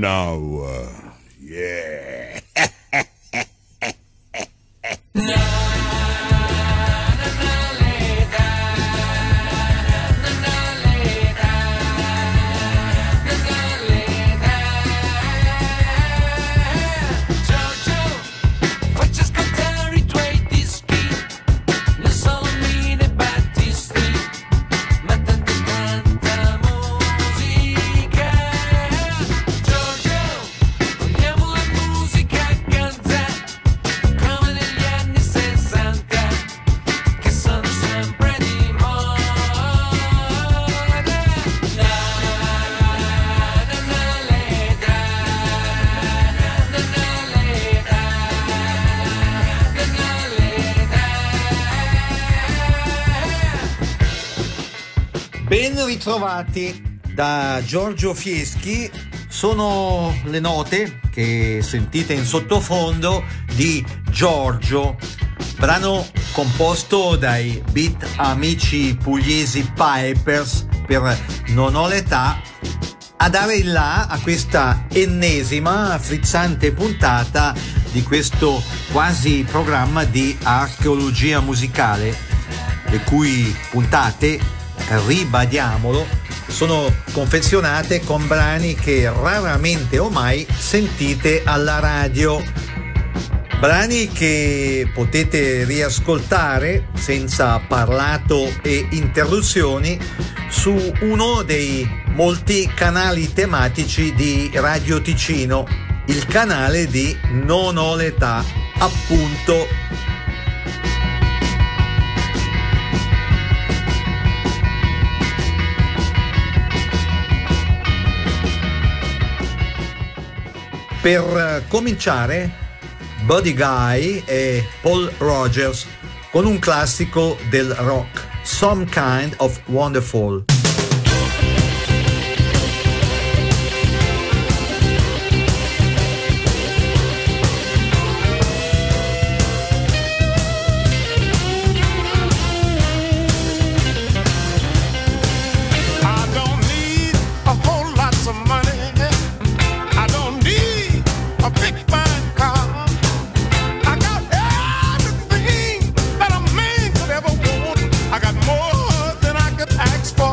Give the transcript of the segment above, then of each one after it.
now. Yeah. Ben ritrovati da Giorgio Fieschi. Sono le note che sentite in sottofondo di Giorgio, brano composto dai beat amici pugliesi Pipers per Non ho l'età, a dare il là a questa ennesima frizzante puntata di questo quasi programma di archeologia musicale, le cui puntate, ribadiamolo, sono confezionate con brani che raramente o mai sentite alla radio, brani che potete riascoltare senza parlato e interruzioni su uno dei molti canali tematici di Radio Ticino, il canale di Non ho l'età, appunto. Per cominciare, Buddy Guy e Paul Rogers con un classico del rock, Some Kind of Wonderful. I got more than I could ask for.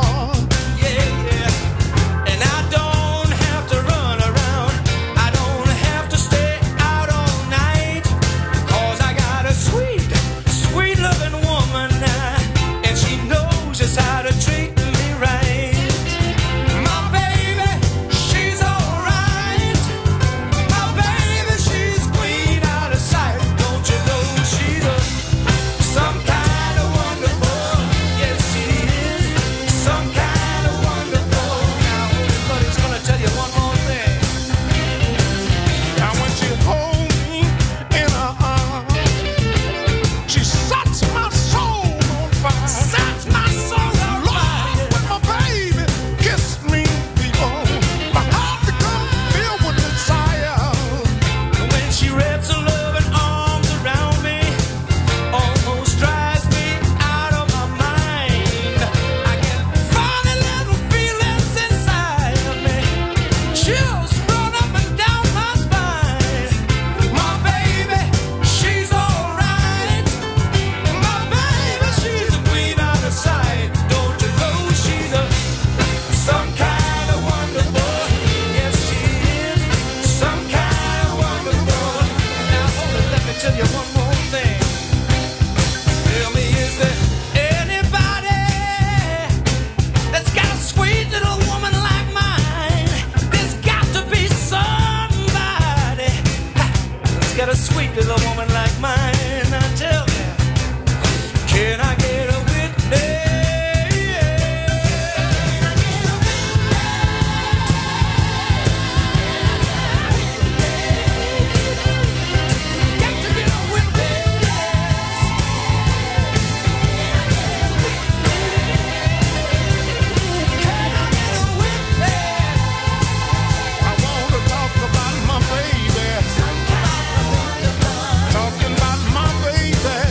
Talking about my baby.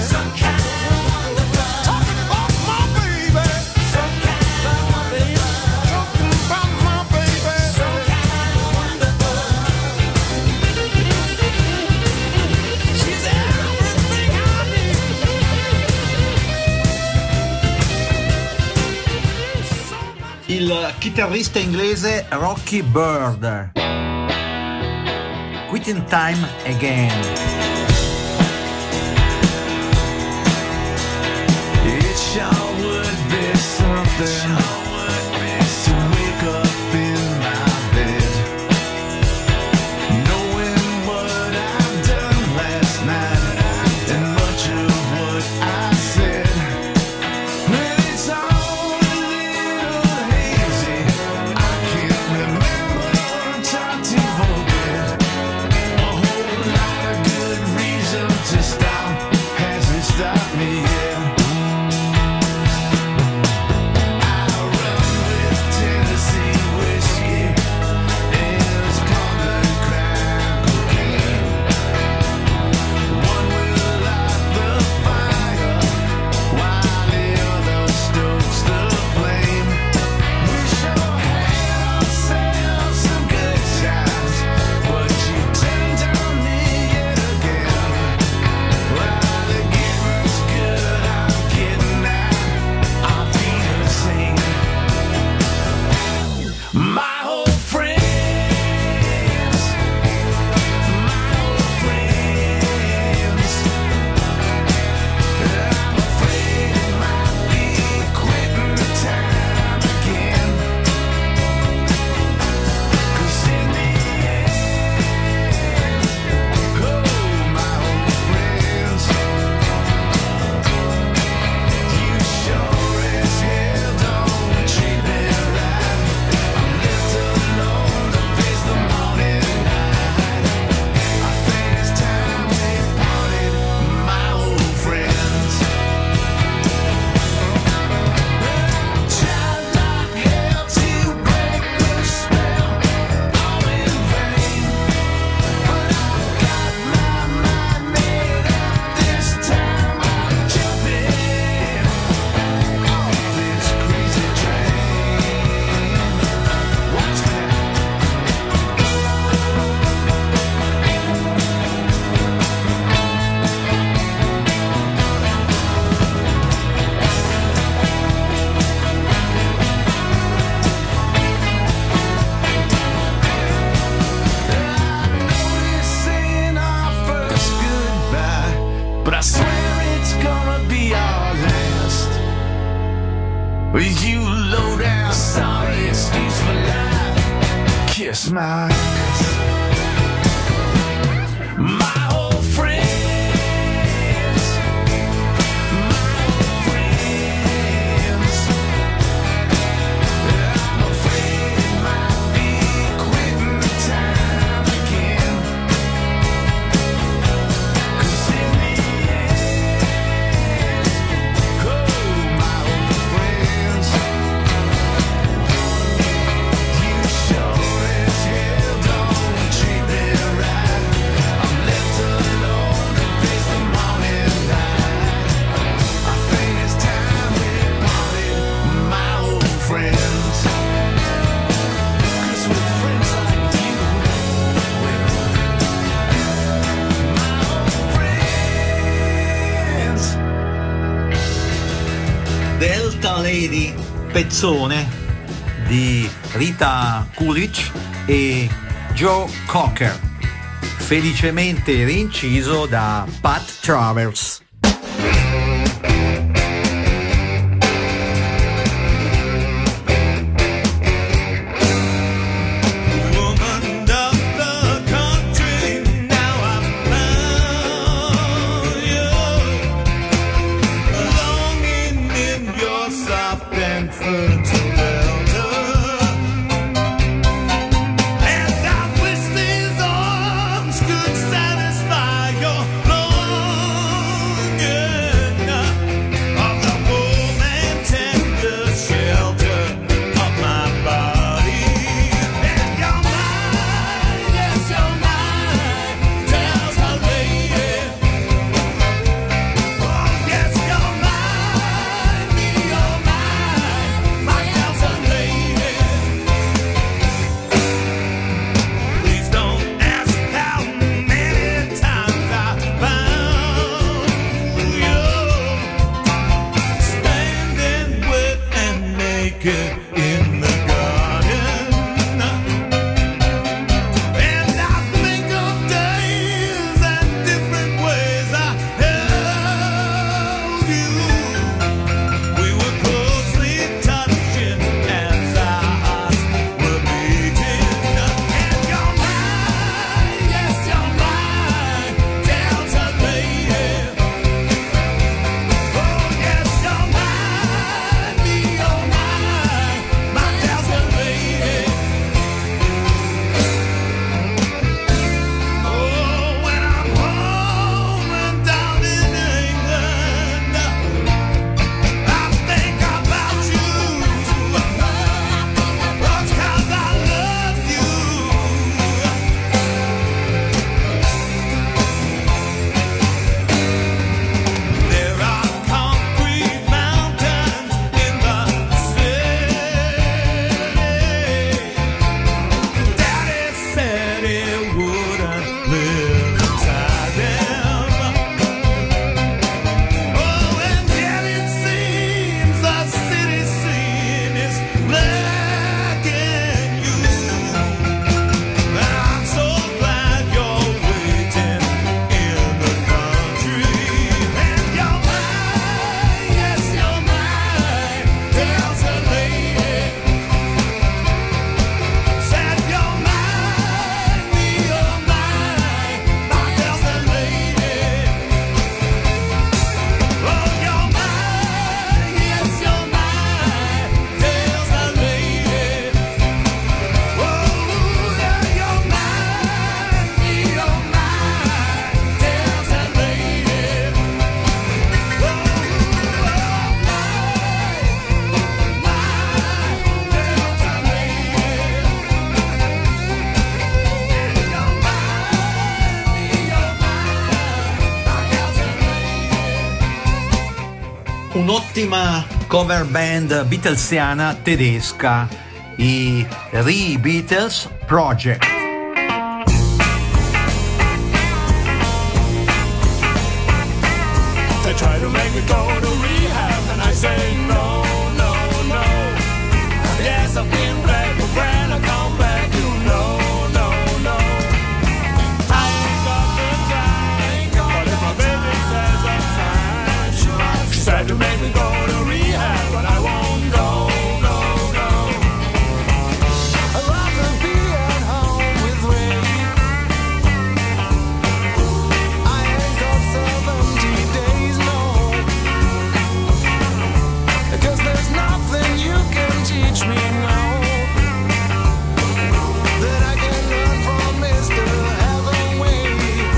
chitarrista inglese Rocky Bird. Quitting Time Again. It sure would be something to wake up in my bed, knowing what I've done last night and much of what I said. But it's all a little hazy. I can't remember, I'm trying to forget. A whole lot of good reason to stop hasn't stopped me yet. You low down, sorry excuse for life. Kiss my ass. My old friends, my old friends. I'm afraid it might be quitting the time again. 'Cause in the end, oh, my old friends, you sure as hell don't treat me right. I'm left alone to face the morning light. I think it's time we parted, my old friends. 'Cause with friends like you, we're my old friends. Delta Lady, pezzone di Rita Coolidge e Joe Cocker, felicemente rinciso da Pat Travers. Woman of the country, now I found you, longing in your soft and fertile elder. And I wish these arms could satisfy your longing. un'ottima cover band beatlesiana tedesca, i Re-Beatles Project. They try to make me go to rehab, and I say no, no, no. Yes, I've been back, but when I come back, you know, no, no. I ain't got the time, but if my baby says I'm fine, she tried to make me go to rehab, but I won't go, go, go. I'd rather be at home with Ray. I ain't got 70 days, no. 'Cause there's nothing you can teach me now that I can learn from Mr. Heavenway.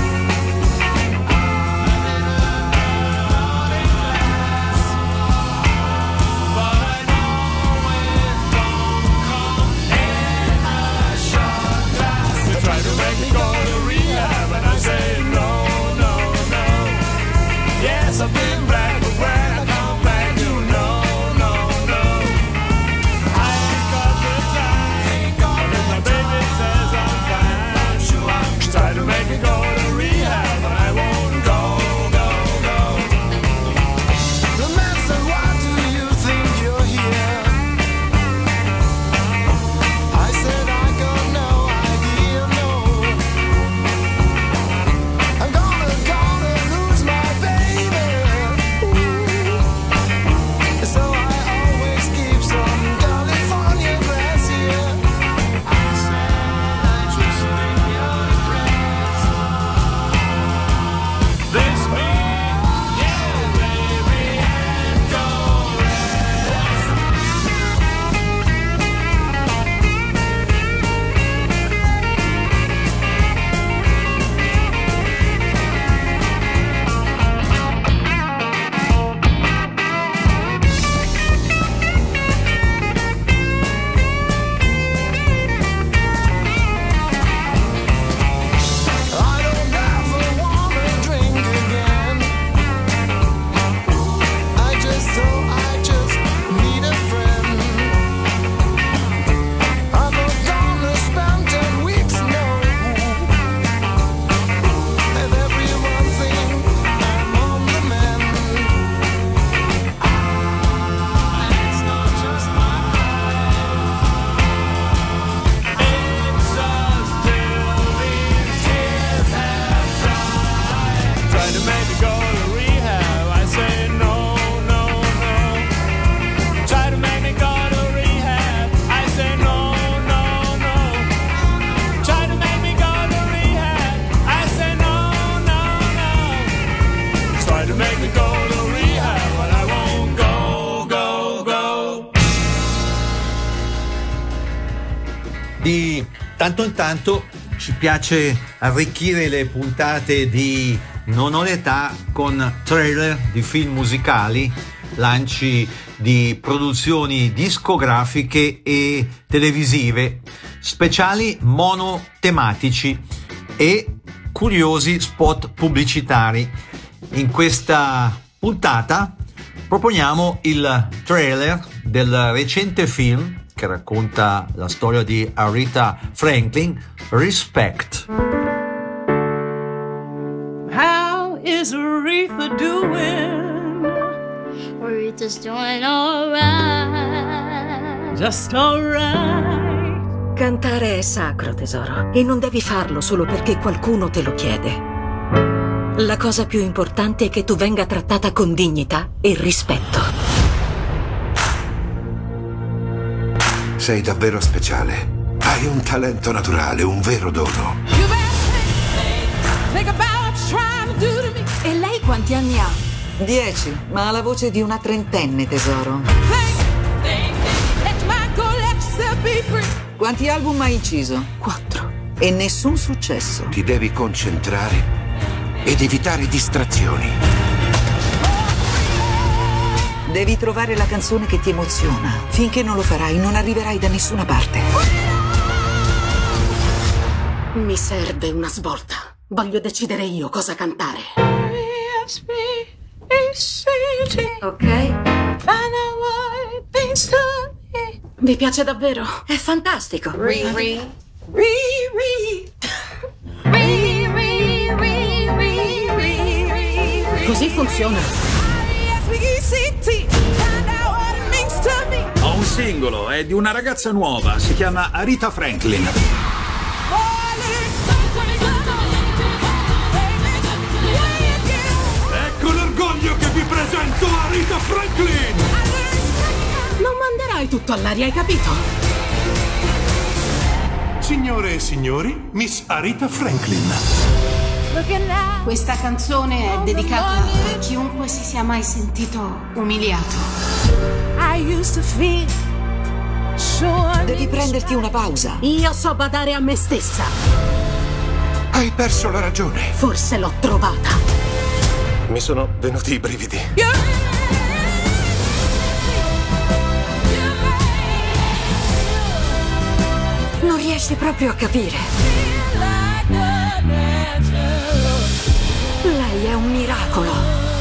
But I know it don't come in a shot glass. They try to make me go to rehab, and I say no, no, no. Yes, I've been back, but when I come back, you know, no, no. I ain't got the time, but if my baby says I'm fine, she tried to make me go to rehab, but I won't go, go, go. The man said, why do you think you're here? I said, I got no idea, no. I'm gonna lose my baby. Ooh. So I always keep some California grass here. I said, I just think you're friends. This me, yeah, baby, and go rest. I don't ever wanna drink again. I just need a friend. I'm not gonna spend 10 weeks, no. And everyone think I'm on the mend. It's not just my it's us till these tears have dried. Trying to make me go to rehab, I say no, no, no. Try to make me go to rehab, I say no, no, no. Try to make me go to rehab, I say no, no, no. Try to make me go to rehab, but I won't go, go, go. Di tanto in tanto ci piace arricchire le puntate di Non ho l'età con trailer di film musicali, lanci di produzioni discografiche e televisive, speciali monotematici e curiosi spot pubblicitari. In questa puntata proponiamo il trailer del recente film che racconta la storia di Aretha Franklin, Respect. How is Aretha doing? Aretha's doing alright. Just alright. Cantare è sacro, tesoro, e non devi farlo solo perché qualcuno te lo chiede. La cosa più importante è che tu venga trattata con dignità e rispetto. Sei davvero speciale. Hai un talento naturale, un vero dono. You better think about what you're trying to do to me. E lei quanti anni ha? 10, ma ha la voce di una trentenne, tesoro. Think, let my go, let yourself be free. Quanti album hai inciso? 4. E nessun successo. Ti devi concentrare ed evitare distrazioni. Devi trovare la canzone che ti emoziona. Finché non lo farai, non arriverai da nessuna parte. Mi serve una svolta. Voglio decidere io cosa cantare. Ok? Vi piace davvero? È fantastico. Così funziona. Ho un singolo, è di una ragazza nuova, si chiama Aretha Franklin. Ecco l'orgoglio che vi presento, Aretha Franklin! Non manderai tutto all'aria, hai capito? Signore e signori, Miss Aretha Franklin. Questa canzone è dedicata a chiunque si sia mai sentito umiliato. Devi prenderti una pausa. Io so badare a me stessa. Hai perso la ragione. Forse l'ho trovata. Mi sono venuti i brividi. Non riesci proprio a capire. Lei è un miracolo.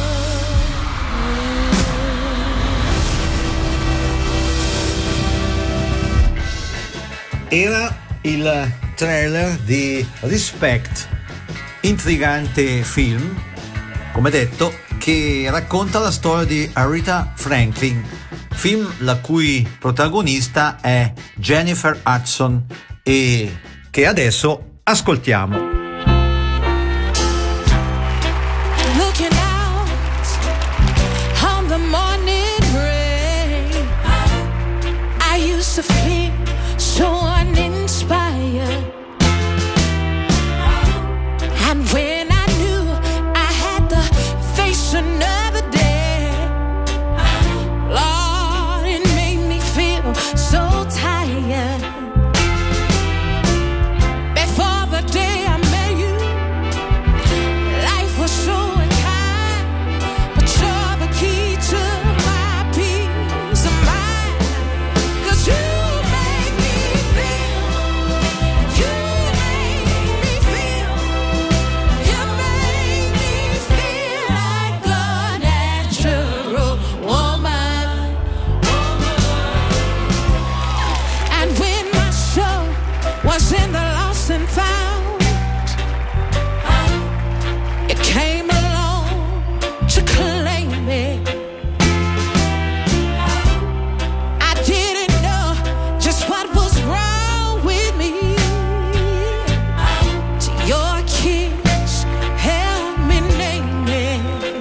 Era il trailer di Respect, intrigante film, come detto, che racconta la storia di Aretha Franklin, film la cui protagonista è Jennifer Hudson e che adesso ascoltiamo. Looking out on the morning rain, I used to feel so uninspired. And when I knew I had to face another day, Lord, it made me feel so tired. Before the day I met you, life was so unkind, but you're the key to my peace of mind. 'Cause you make me feel, you make me feel, you make me feel like a natural woman. And when my soul was in the lost and found, it came along to claim me. I didn't know just what was wrong with me. So your kiss helped me name it.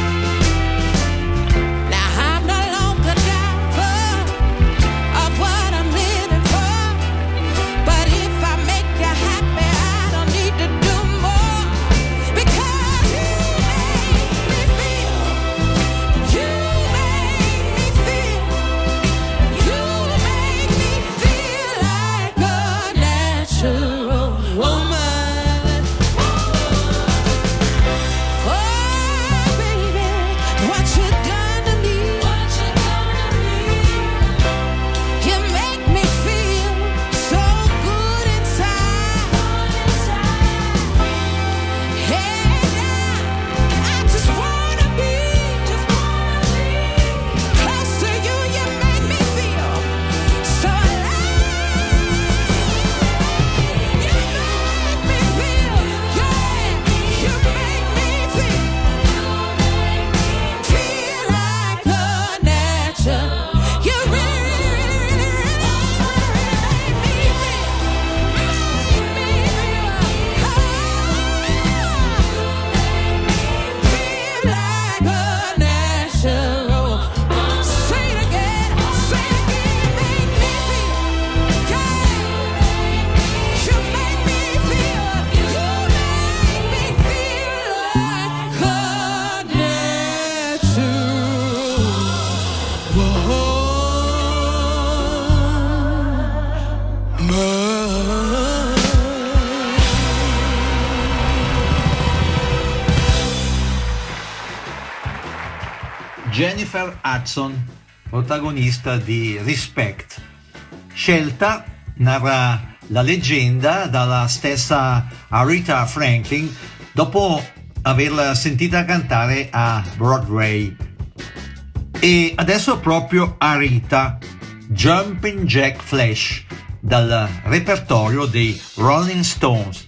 Now I'm no longer doubtful of what I'm living for. But if I make you happy, I don't need to do more. Because you make me feel, you make me feel, you make me feel like a natural woman. Oh, baby, what you done to me, you make me feel so good inside. Hey, now, I just wanna be close to you. You make me feel so alive. You make me feel, yeah, you make me feel like a natural. You really make me feel like a natural. Say it again, make me feel, yeah. You make me feel, you make me feel like a Jennifer Hudson, protagonista di Respect. Scelta, narra la leggenda, dalla stessa Aretha Franklin dopo averla sentita cantare a Broadway. E adesso proprio Aretha, Jumping Jack Flash, dal repertorio dei Rolling Stones.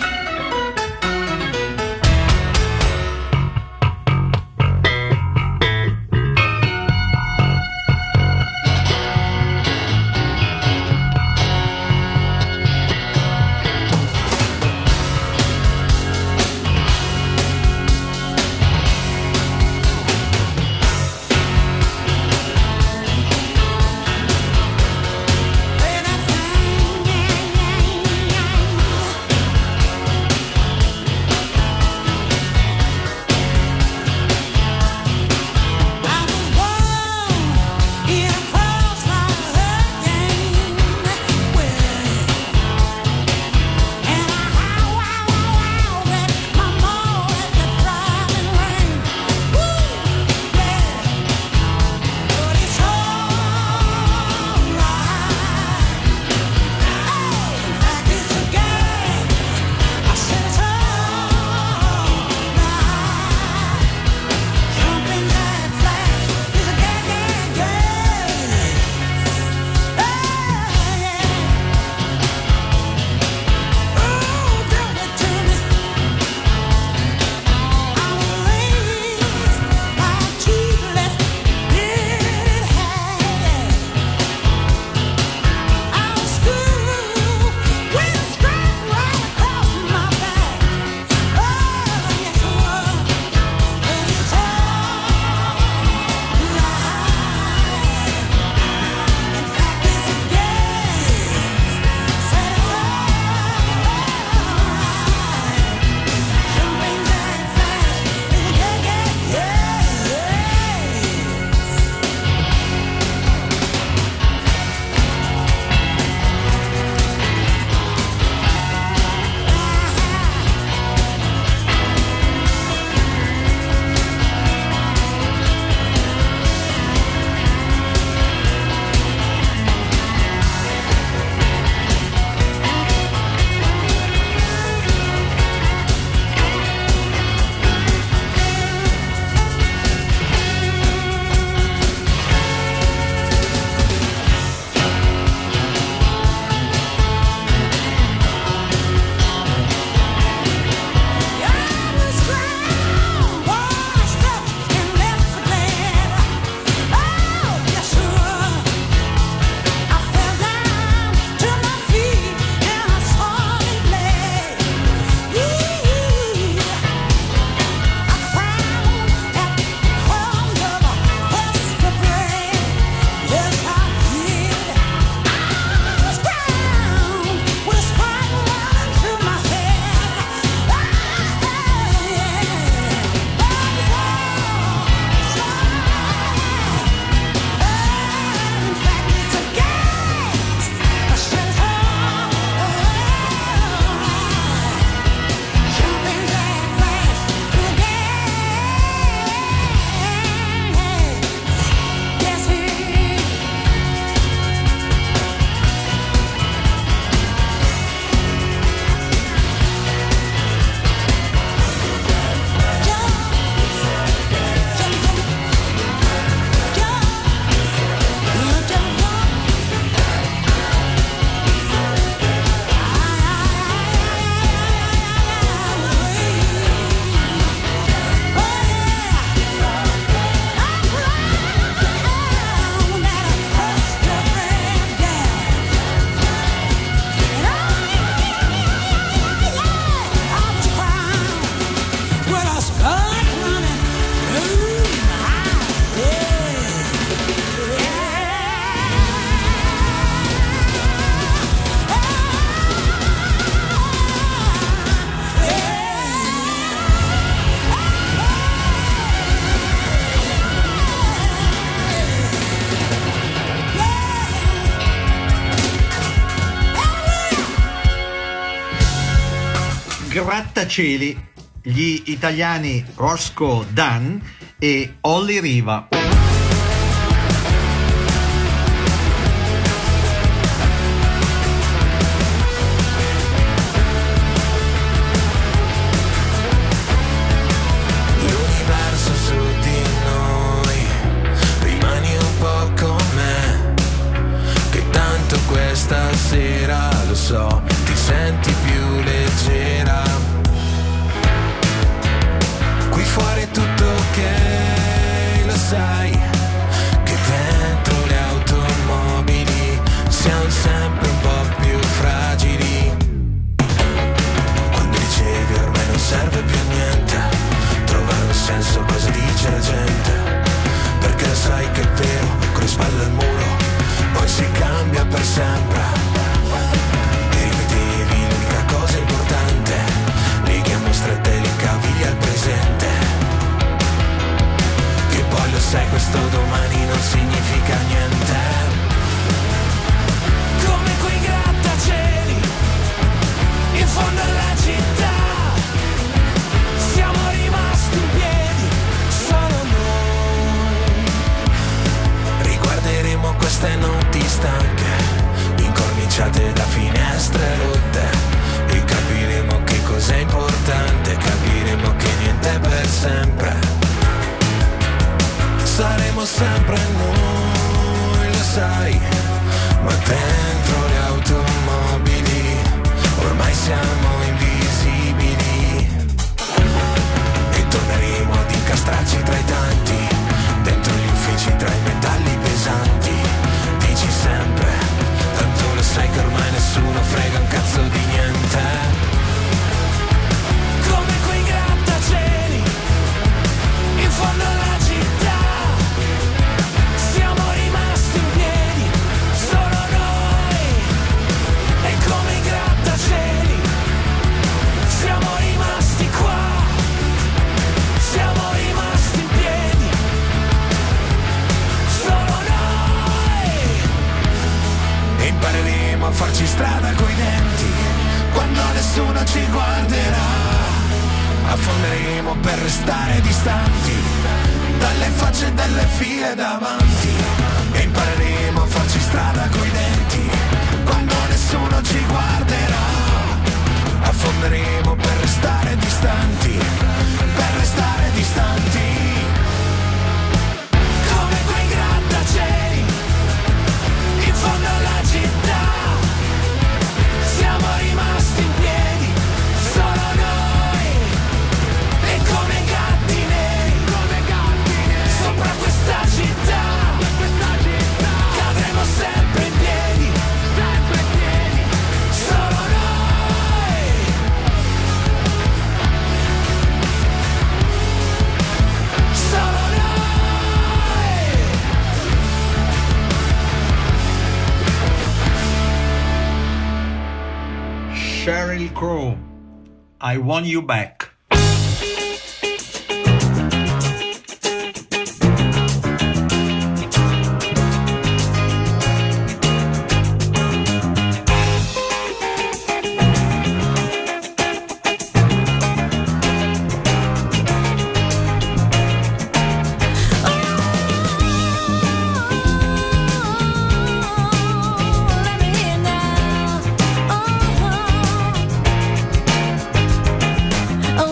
Grattacieli, gli italiani Roscoe Dunn e Olly Riva. fuori è tutto ok, lo sai che dentro le automobili siamo sempre un po' più fragili. Quando dicevi ormai non serve più a niente, trovare un senso cosa dice la gente, perché lo sai che è vero, con le spalle al muro poi si cambia per sempre. E ripetevi l'unica cosa importante, leghiamo strette le caviglie al presente, che poi lo sai questo domani non significa niente. Come quei grattacieli in fondo alla città, siamo rimasti in piedi solo noi. Riguarderemo queste notti stanche, incorniciate da finestre rotte, e capiremo che cos'è importante, capiremo che niente è per sempre. Saremo sempre noi, lo sai, ma dentro le automobili ormai siamo invisibili. E torneremo ad incastrarci tra i tanti, dentro gli uffici tra i metalli pesanti. Dici sempre, tanto lo sai che ormai nessuno frega un cazzo di niente. Come quei grattacieli in fondo alla città, siamo rimasti in piedi solo noi. E come i grattacieli siamo rimasti qua, siamo rimasti in piedi solo noi. E impareremo a farci strada coi denti quando nessuno ci guarderà. Affonderemo per restare distanti dalle facce e dalle file davanti. E impareremo a farci strada coi denti quando nessuno ci guarderà. Affonderemo per restare distanti, per restare distanti. Come quei grattacieli in fondo alla città, siamo rimasti in piedi solo noi. E come gatti neri sopra questa città, cadremo sempre in piedi solo noi. Solo noi. Sheryl Crow, I Want You Back. Oh,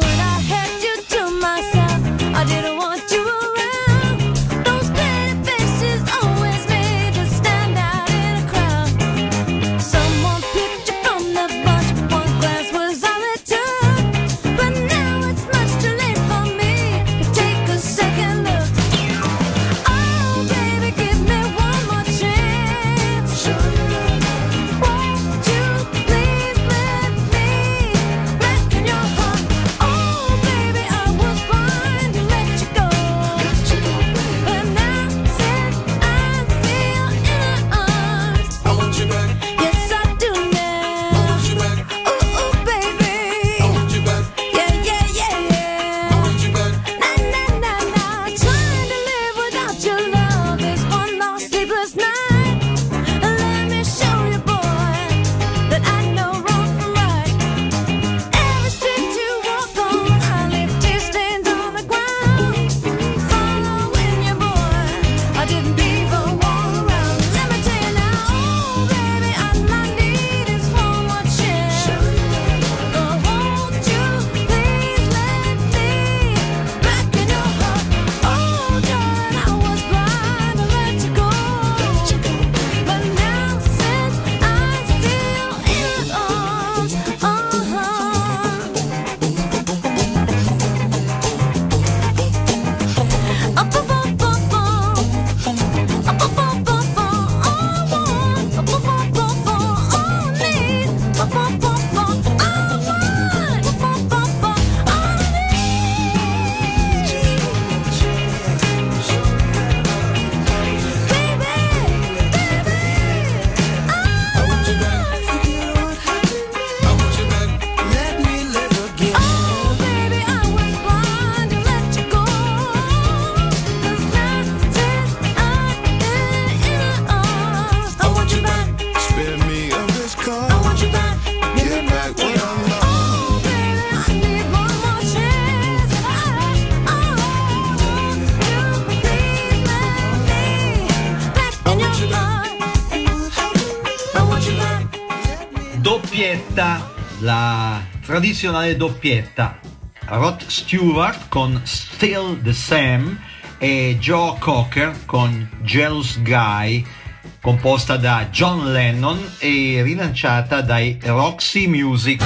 doppietta, la tradizionale doppietta. Rod Stewart con Still the Same e Joe Cocker con Jealous Guy, composta da John Lennon e rilanciata dai Roxy Music.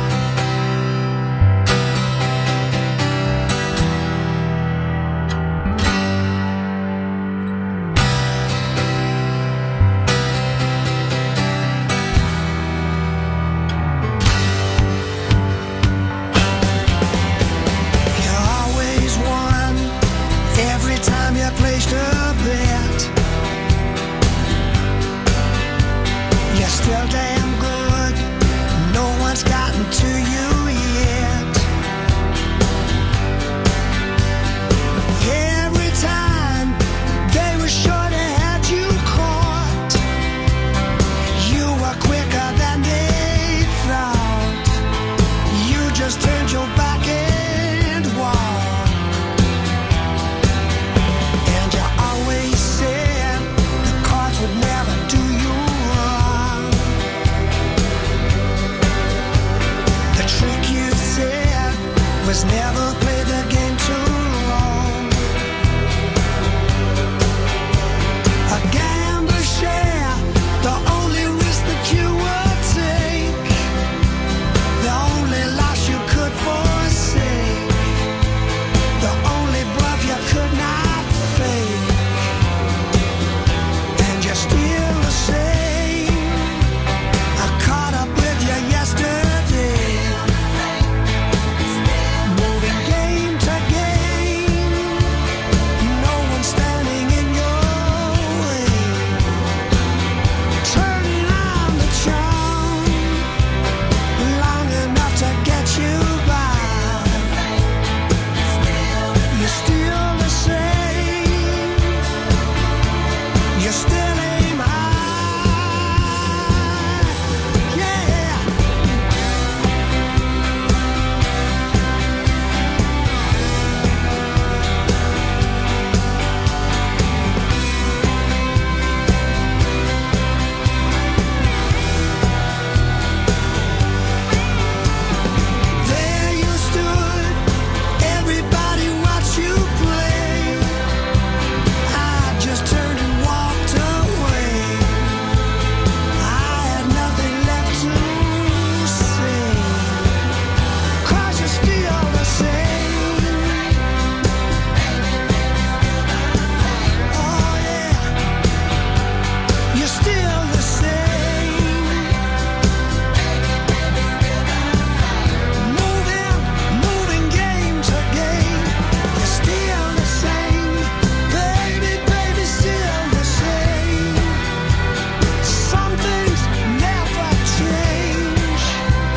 Still damn good. No one's gotten to you yet. Every time they were sure they had you caught. You were quicker than they thought. You just turned your back and walked. And you always said the cards would never do you wrong. The trick you said was never play the game too long. A gambler share the only risk that you would take, the only loss you could forsake, the only bluff you could not fake. And you're still the same. I caught up with you yesterday, moving game to game. No one standing in your way. Turning on the charm long enough to get you by. You're still the same. You still aim high. Yeah. There you stood, everybody watched you play. I just turned and walked away. I had nothing left to say, 'cause you're still the same. Oh yeah, you're still the same. Moving game to game. You're still the same. Baby, still the same. Some things never change.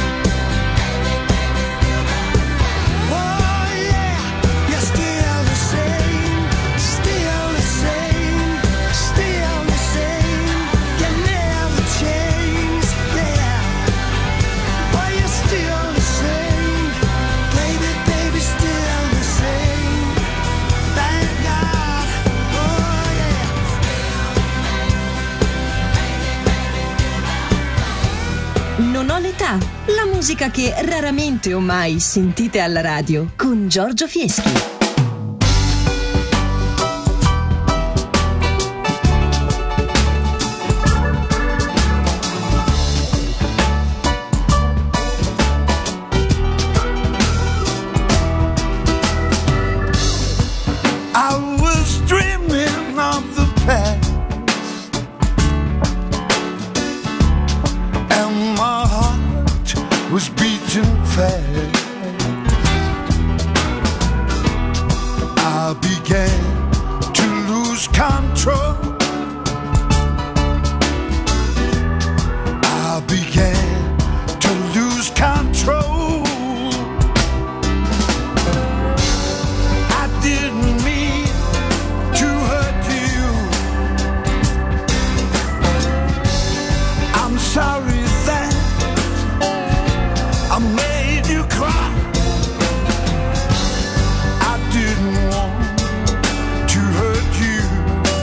Oh yeah, you're still the same. Still the same. Still the same. You never change. Yeah. Oh, you're still the same. Baby, still the same. Thank God. Oh yeah. Non ho l'età, la musica che raramente o mai sentite alla radio con Giorgio Fieschi. I was dreaming of the past, and my heart was beating fast. I began to lose control. I began to lose control. I didn't mean to hurt you. I'm sorry that I made you cry. I didn't want to hurt you.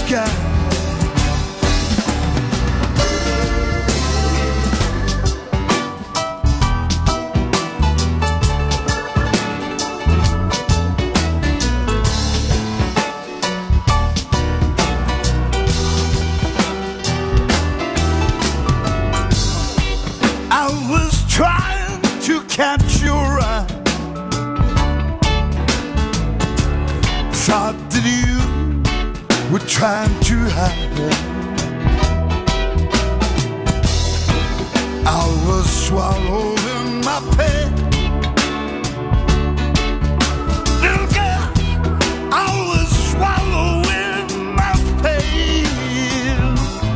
sky. I was trying to catch your eye. Thought that you were trying to hide it. I was swallowed in my pain. Little girl, I was swallowed in my pain.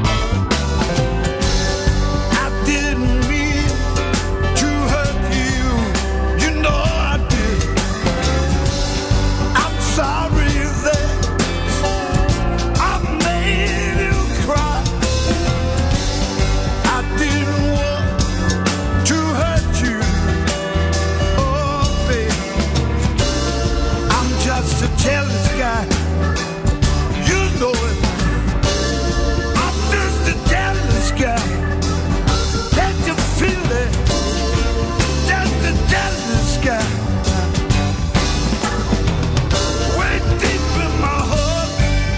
I didn't mean to hurt you, you know I did. I'm sorry that I made you cry. I didn't want to hurt you, oh baby. I'm just a jealous guy, you know it. I'm just a jealous guy. Can't you feel it? Just a jealous guy. Way deep in my heart.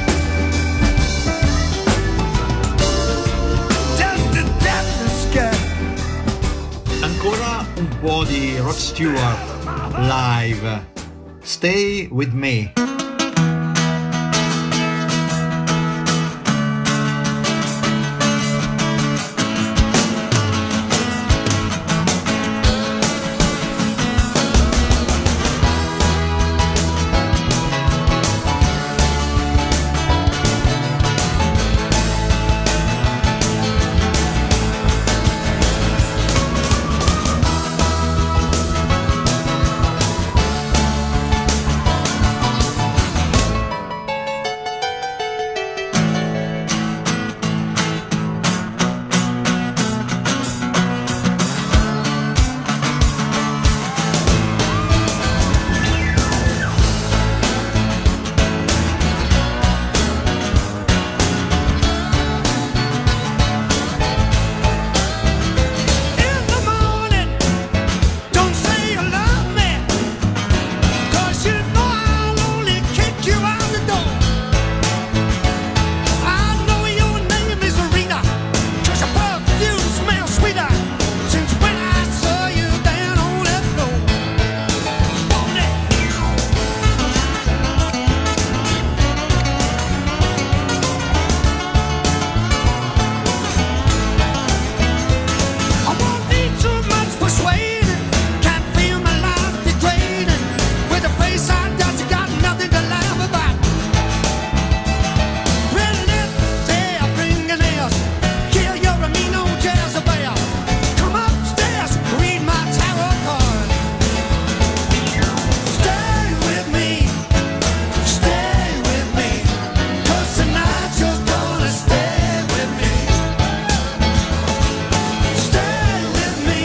Just a jealous guy. Ancora un po' di Rod Stewart live. Stay with me. In the morning, don't say you love me, 'cause you know I'll only kick you out the door. I know your name is Rita, 'cause your perfume smells sweeter since when I saw you down on that floor. Want it? I won't need too much persuading. Can't feel my life degrading. With a face I got, you got nothing to laugh about. Red lips, hair, fingernails, kill your amino Jezebel. Come upstairs, read my tarot card. Stay with me, 'cause tonight you're gonna stay with me. Stay with me,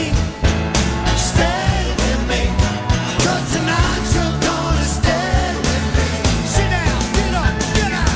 'cause tonight you're gonna stay with me. Sit down, get up, get out.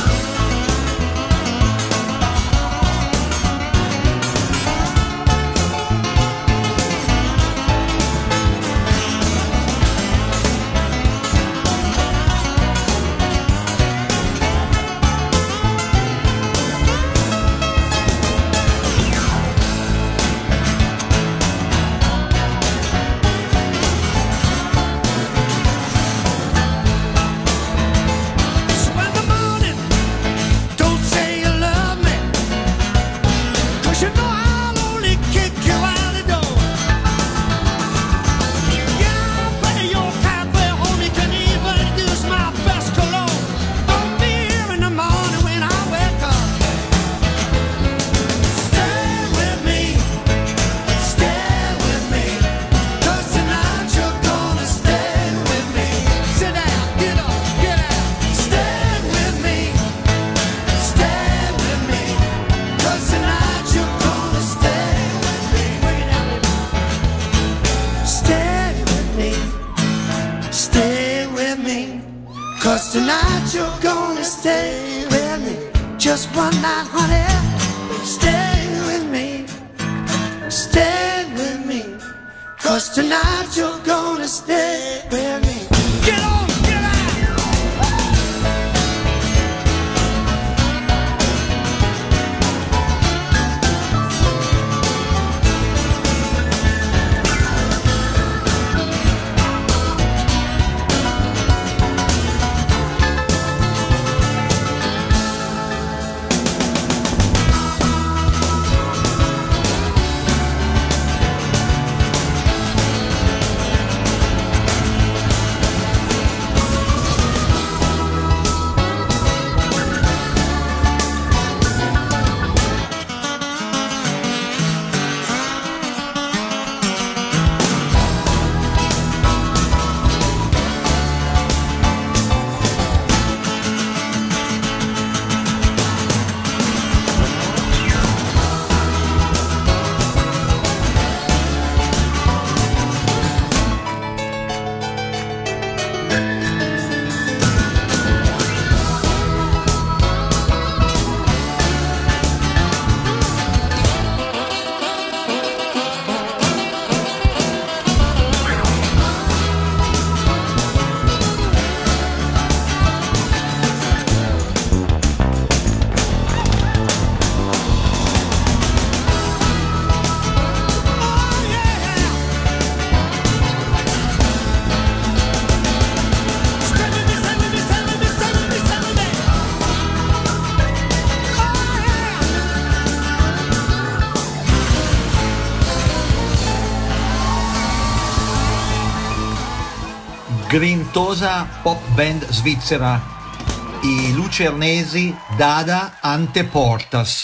So in the morning, don't say you love me, 'cause you know I'll only kick you out the door. Yeah, I'll pay your cab fare, homie, can even use my best cologne. I'll be here in the morning when I wake up. Stay with me, 'cause tonight you're gonna stay with me. Sit down, get up, get out. Stay with me, 'cause tonight you're gonna stay with me. Bring it down, baby. Stay with me, 'cause tonight you're gonna stay with me. just one night, honey. Stay with me, stay with me, 'cause tonight you're gonna stay with me. Get on, get out! Grintosa pop band svizzera, i lucernesi Dada Ante Portas.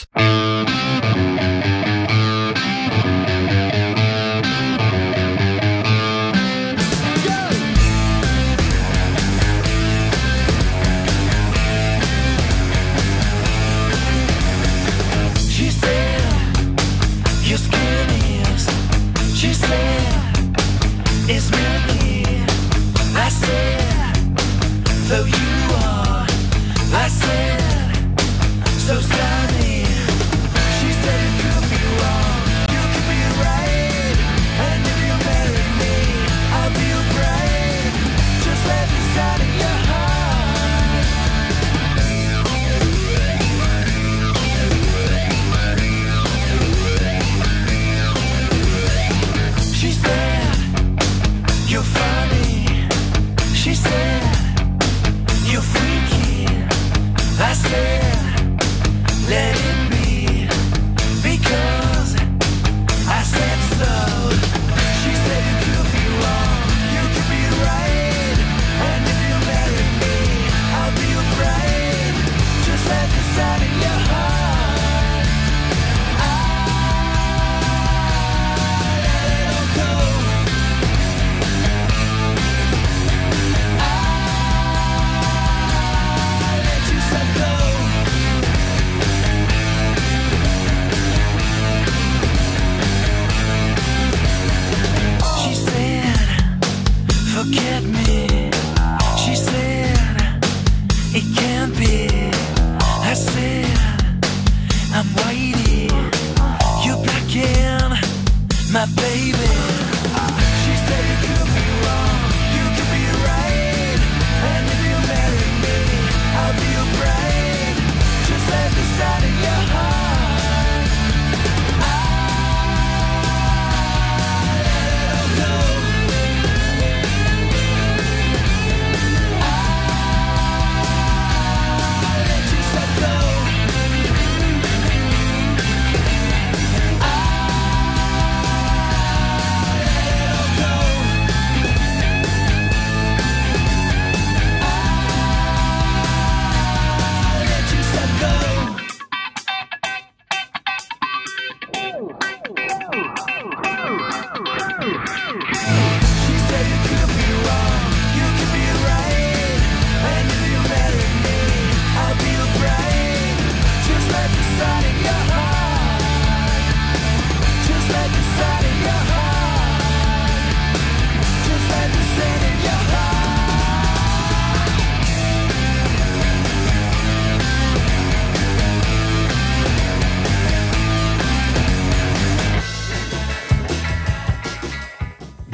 She said, your skin is, she said, it's milky. I said, though you are, I said, so sunny. She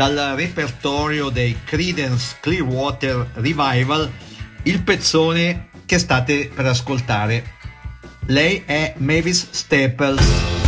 dal repertorio dei Creedence Clearwater Revival il pezzone che state per ascoltare. Lei è Mavis Staples.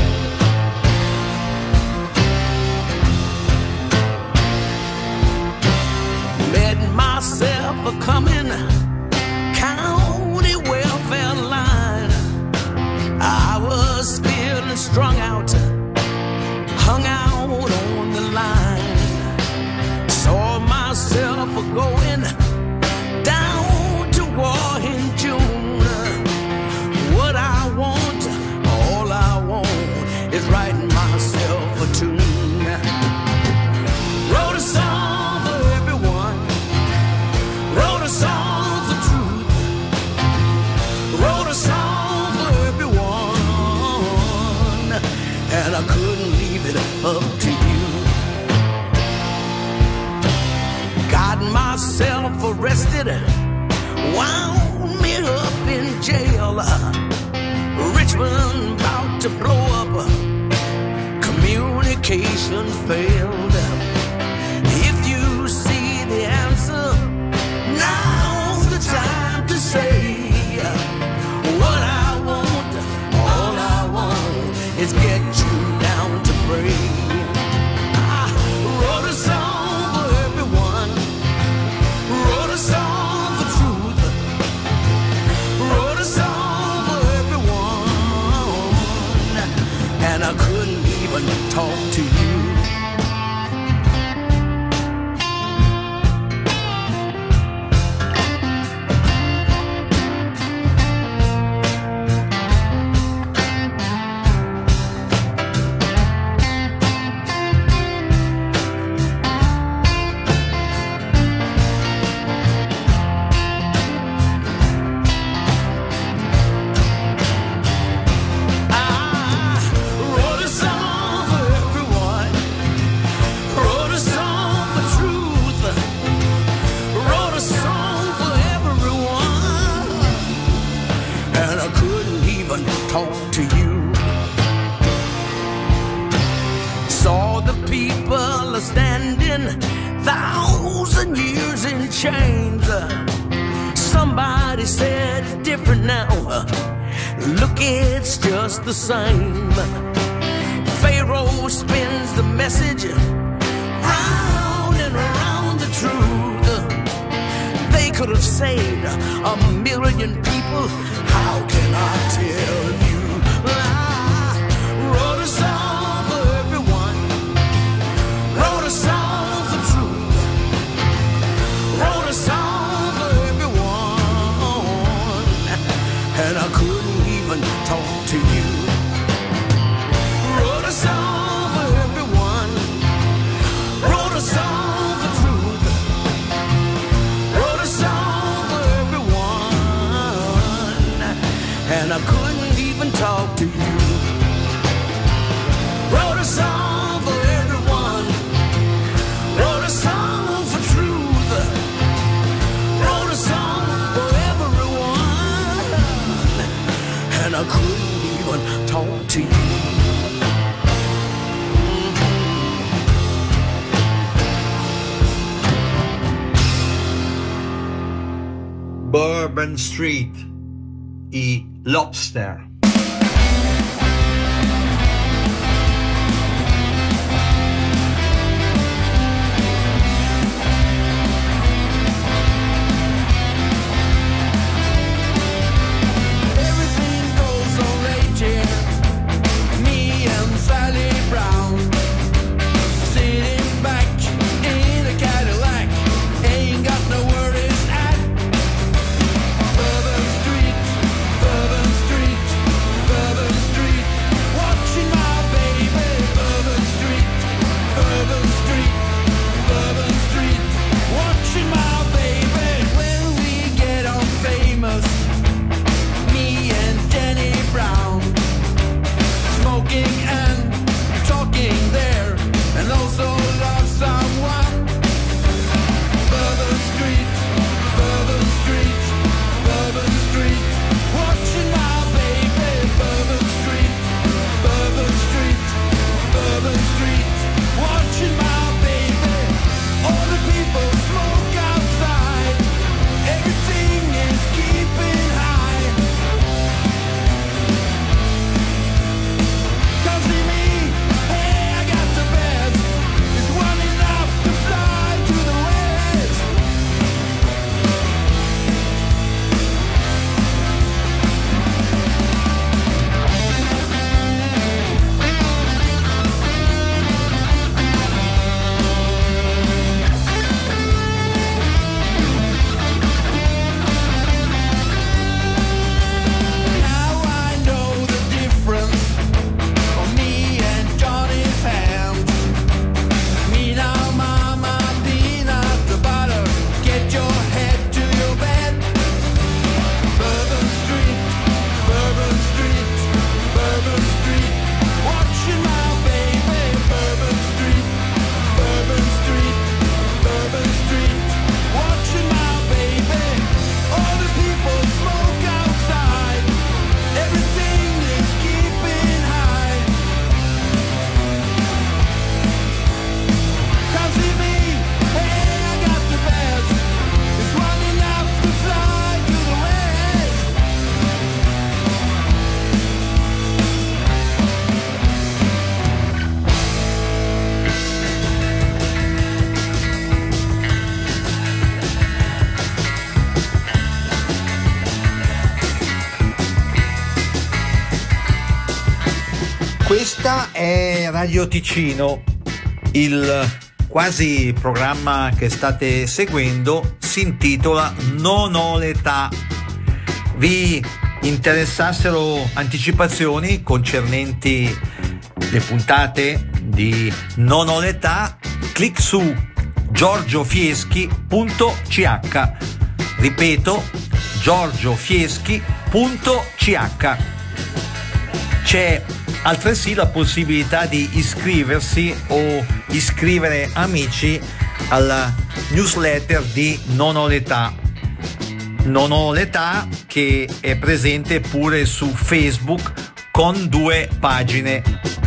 Met myself a coming county welfare line. I was feeling strung out, hung out on the line. Saw myself a going down to war in June. What I want, all I want is writing myself a tune. Wrote a song for everyone, wrote a song for truth, wrote a song for everyone, and I couldn't leave it up to you. Got myself arrested, wound me up in jail. Richmond about to blow up, communication failed. If you see the answer, now's the time to say what I want, all I want is get you down to pray. I wrote a song for everyone, wrote a song for truth, wrote a song for everyone, and I couldn't even talk to you. Somebody said it's different now. Look, it's just the same. Pharaoh spins the message round and round the truth. They could have saved 1 million people. How can I tell you? I wrote a song for everyone, wrote a song for truth, wrote a song for everyone, and I couldn't even talk to you. Wrote a song for everyone, wrote a song for truth, wrote a song for everyone, and I couldn't even talk to you. Wrote a song for everyone, wrote a song for truth, wrote a song for everyone, and I couldn't even talk to you. Bourbon Street, i Lobster. Everything goes on raging. Me and Sally Brown sitting back in a Cadillac, ain't got no worries at. Bourbon Street, Questa è Radio Ticino, il quasi programma che state seguendo si intitola Non ho l'età. Vi interessassero anticipazioni concernenti le puntate di Non ho l'età, clic su giorgiofieschi.ch. Ripeto, giorgiofieschi.ch. C'è altresì la possibilità di iscriversi o iscrivere amici alla newsletter di Non ho l'età. Non ho l'età, che è presente pure su Facebook con 2 pagine.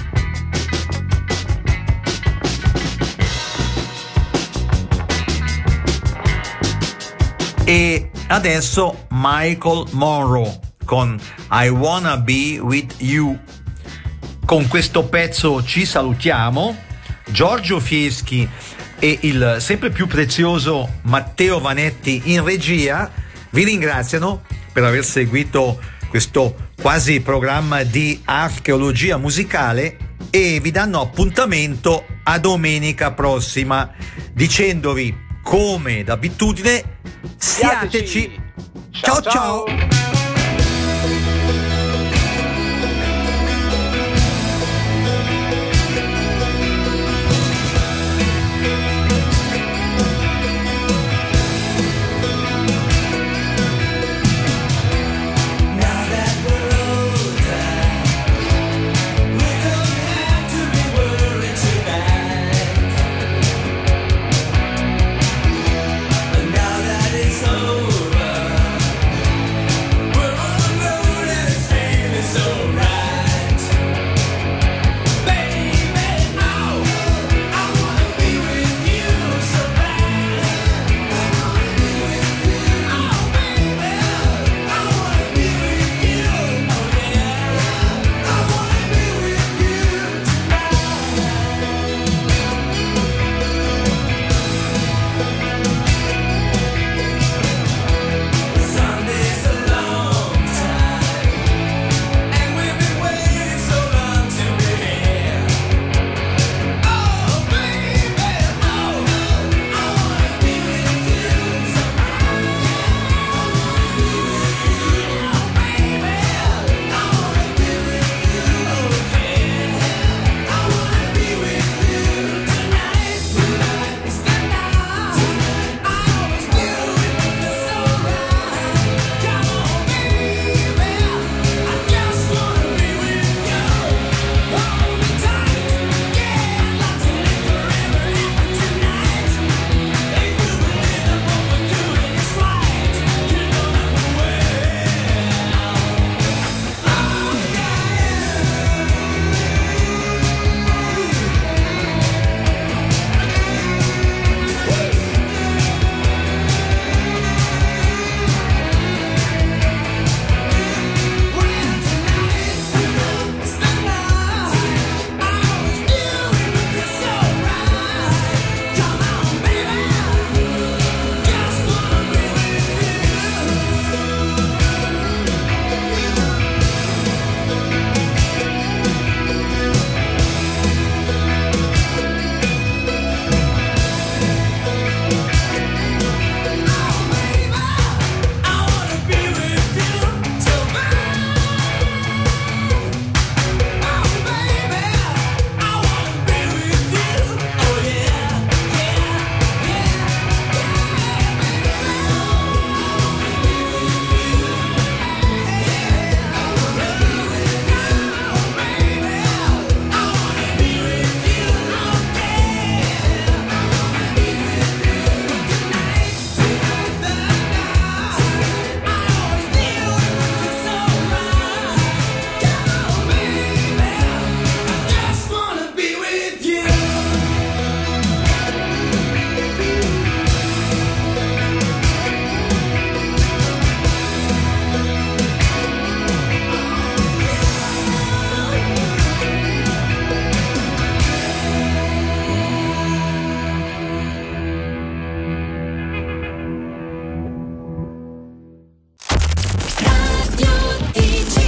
E adesso Michael Monroe con I Wanna Be With You. Con questo pezzo ci salutiamo. Giorgio Fieschi e il sempre più prezioso Matteo Vanetti in regia vi ringraziano per aver seguito questo quasi programma di archeologia musicale e vi danno appuntamento a domenica prossima, dicendovi come d'abitudine: siateci. Ciao ciao.